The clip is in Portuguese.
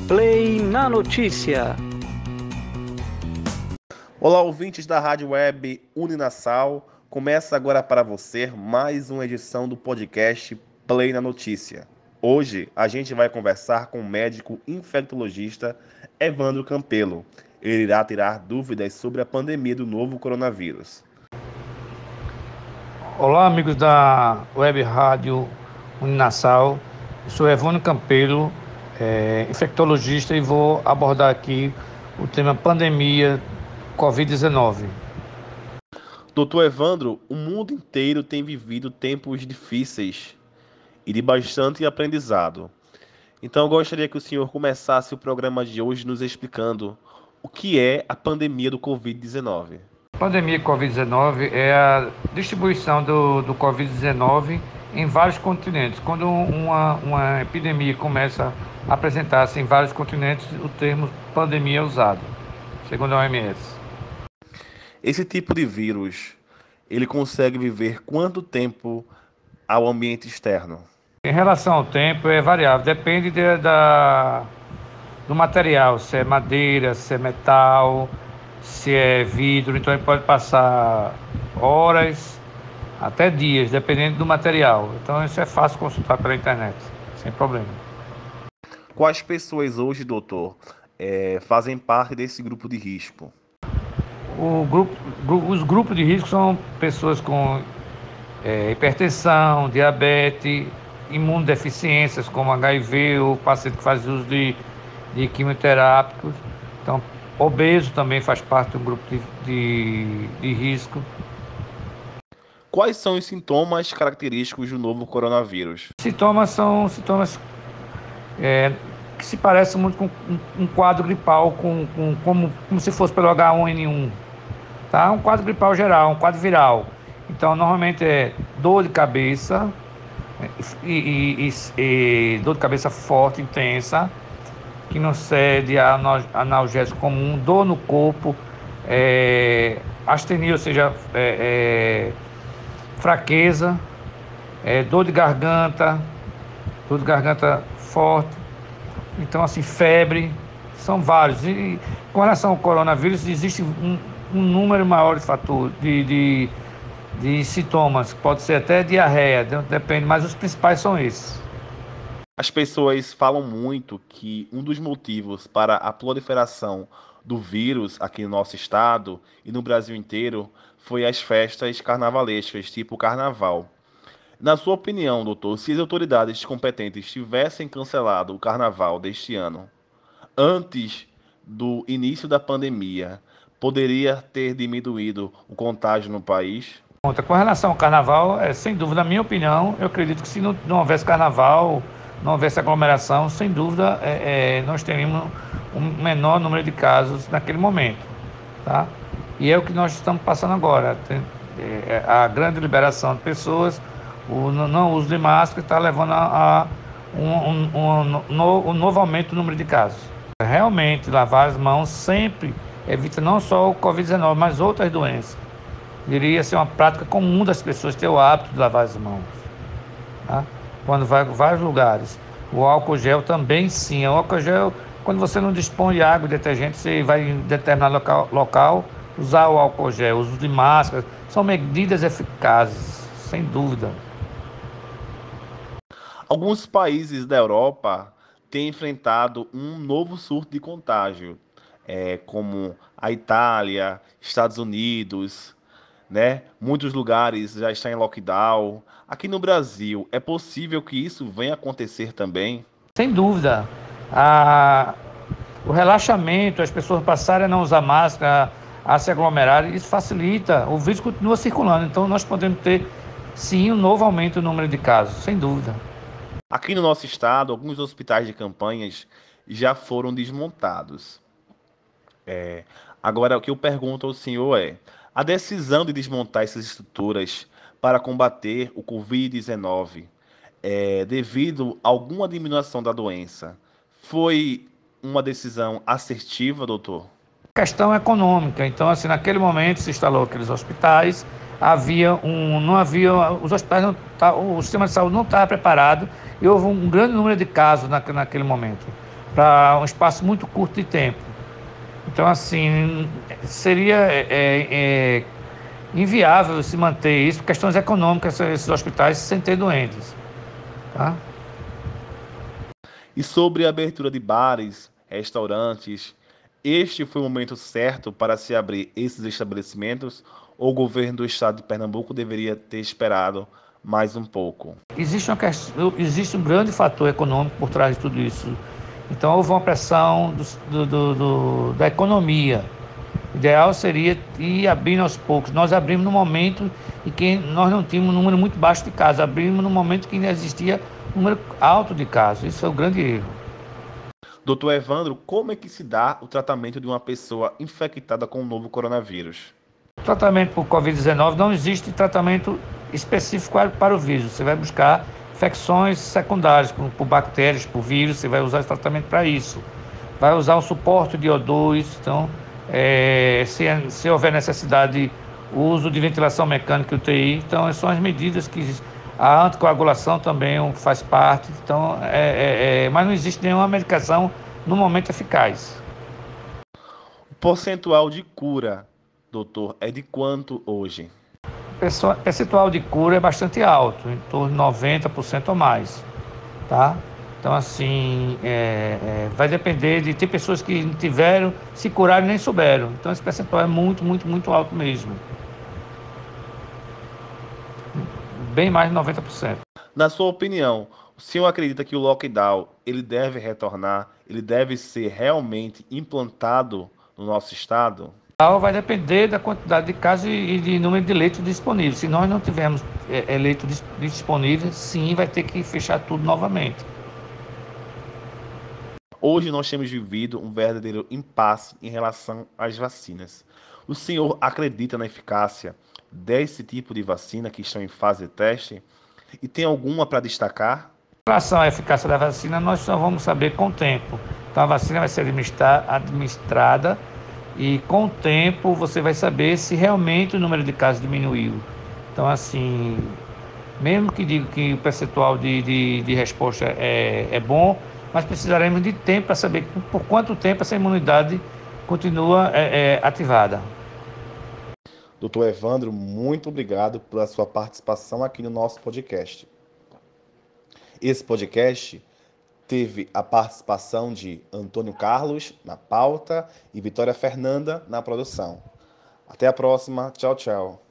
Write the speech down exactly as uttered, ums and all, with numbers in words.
Play na notícia. Olá, ouvintes da Rádio Web Uninassal. Começa agora para você mais uma edição do podcast Play na Notícia. Hoje a gente vai conversar com o médico infectologista Evandro Campelo. Ele irá tirar dúvidas sobre a pandemia do novo coronavírus. Olá, amigos da Web Rádio Uninassal. Eu sou Evandro Campelo, é, infectologista, e vou abordar aqui o tema pandemia covid dezenove. Doutor Evandro, o mundo inteiro tem vivido tempos difíceis e de bastante aprendizado. Então eu gostaria que o senhor começasse o programa de hoje nos explicando o que é a pandemia do covid dezenove. A pandemia covid dezenove é a distribuição do, do covid dezenove em vários continentes. Quando uma, uma epidemia começa a apresentar-se em vários continentes, o termo pandemia é usado, segundo a O M S. Esse tipo de vírus, ele consegue viver quanto tempo ao ambiente externo? Em relação ao tempo, é variável, depende de, da, do material, se é madeira, se é metal, se é vidro. Então ele pode passar horas, até dias, dependendo do material. Então isso é fácil consultar pela internet, sem problema. Quais pessoas hoje, doutor, é, fazem parte desse grupo de risco? O grupo, os grupos de risco são pessoas com é, hipertensão, diabetes, imunodeficiências como H I V, o paciente que faz uso de, de quimioterápicos. Então, obeso também faz parte do grupo de, de, de risco. Quais são os sintomas característicos do novo coronavírus? Sintomas são sintomas é, que se parecem muito com um, um quadro gripal, com, com, como, como se fosse pelo H um N um. Tá? Um quadro gripal geral, um quadro viral. Então, normalmente é dor de cabeça, e, e, e, e dor de cabeça forte, intensa, que não cede a analgésico comum, dor no corpo, é, astenia, ou seja, é, é, fraqueza, é, dor de garganta, dor de garganta forte, então assim, febre, são vários. E com relação ao coronavírus, existe um, um número maior de fatores, de, de, de sintomas, pode ser até diarreia, depende, mas os principais são esses. As pessoas falam muito que um dos motivos para a proliferação do vírus aqui no nosso estado e no Brasil inteiro foi as festas carnavalescas, tipo carnaval. Na sua opinião, doutor, se as autoridades competentes tivessem cancelado o carnaval deste ano antes do início da pandemia, poderia ter diminuído o contágio no país? Com relação ao carnaval, é, sem dúvida, na minha opinião, eu acredito que se não, não houvesse carnaval, não houvesse aglomeração, sem dúvida, é, é, nós teríamos um menor número de casos naquele momento, tá? E é o que nós estamos passando agora. Tem, é, a grande liberação de pessoas, o não uso de máscara está levando a, a um, um, um, um, um novo aumento do número de casos. Realmente, lavar as mãos sempre evita não só o covid dezenove, mas outras doenças. Deveria ser uma prática comum das pessoas ter o hábito de lavar as mãos, tá? Quando vai a vários lugares. O álcool gel também sim. O álcool gel, quando você não dispõe de água e detergente, você vai em determinado local, local usar o álcool gel, uso de máscara, são medidas eficazes, sem dúvida. Alguns países da Europa têm enfrentado um novo surto de contágio, é, como a Itália, Estados Unidos, né? Muitos lugares já estão em lockdown. Aqui no Brasil, é possível que isso venha acontecer também? Sem dúvida. A, o relaxamento, as pessoas passarem a não usar máscara, a se aglomerarem, isso facilita. O vírus continua circulando, então nós podemos ter, sim, um novo aumento no número de casos, sem dúvida. Aqui no nosso estado, alguns hospitais de campanhas já foram desmontados. É, agora, o que eu pergunto ao senhor é: a decisão de desmontar essas estruturas para combater o covid dezenove, é, devido a alguma diminuição da doença, foi uma decisão assertiva, doutor? Questão econômica. Então, assim, naquele momento se instalou aqueles hospitais, havia um, não havia, os hospitais não, tá, o sistema de saúde não estava preparado e houve um grande número de casos na, naquele momento. para um espaço muito curto de tempo. Então, assim, seria é, é, inviável se manter isso por questões econômicas, esses hospitais sem ter doentes. Tá? E sobre a abertura de bares, restaurantes, este foi o momento certo para se abrir esses estabelecimentos ou o governo do estado de Pernambuco deveria ter esperado mais um pouco? Existe, uma questão, existe um grande fator econômico por trás de tudo isso. Então, houve uma pressão do, do, do, da economia. O ideal seria ir abrindo aos poucos. Nós abrimos no momento em que nós não tínhamos um número muito baixo de casos. Abrimos no momento que ainda existia um número alto de casos. Isso é o grande erro. Doutor Evandro, como é que se dá o tratamento de uma pessoa infectada com o novo coronavírus? O tratamento por covid dezenove não existe tratamento específico para o vírus. Você vai buscar infecções secundárias por, por bactérias, por vírus, você vai usar esse tratamento para isso. Vai usar um suporte de O dois, então, é, se, se houver necessidade, o uso de ventilação mecânica e U T I. Então, são as medidas que a anticoagulação também faz parte. Então, é, é, é, mas não existe nenhuma medicação no momento eficaz. O percentual de cura, doutor, é de quanto hoje? O percentual de cura é bastante alto, em torno de noventa por cento ou mais, tá? Então, assim, é, é, vai depender de ter pessoas que tiveram, se curaram e nem souberam. Então, esse percentual é muito, muito, muito alto mesmo. Bem mais de noventa por cento. Na sua opinião, o senhor acredita que o lockdown ele deve retornar, ele deve ser realmente implantado no nosso estado? Vai depender da quantidade de casos e de número de leitos disponíveis. Se nós não tivermos é, leitos disponíveis, sim, vai ter que fechar tudo novamente. Hoje nós temos vivido um verdadeiro impasse em relação às vacinas. O senhor acredita na eficácia desse tipo de vacina que estão em fase de teste? E tem alguma para destacar? Em relação à eficácia da vacina, nós só vamos saber com o tempo. Então, a vacina vai ser administrada e, com o tempo, você vai saber se realmente o número de casos diminuiu. Então, assim, mesmo que diga que o percentual de, de, de resposta é, é bom, mas precisaremos de tempo para saber por quanto tempo essa imunidade continua é, é, ativada. Doutor Evandro, muito obrigado pela sua participação aqui no nosso podcast. Esse podcast teve a participação de Antônio Carlos na pauta e Vitória Fernanda na produção. Até a próxima. Tchau, tchau.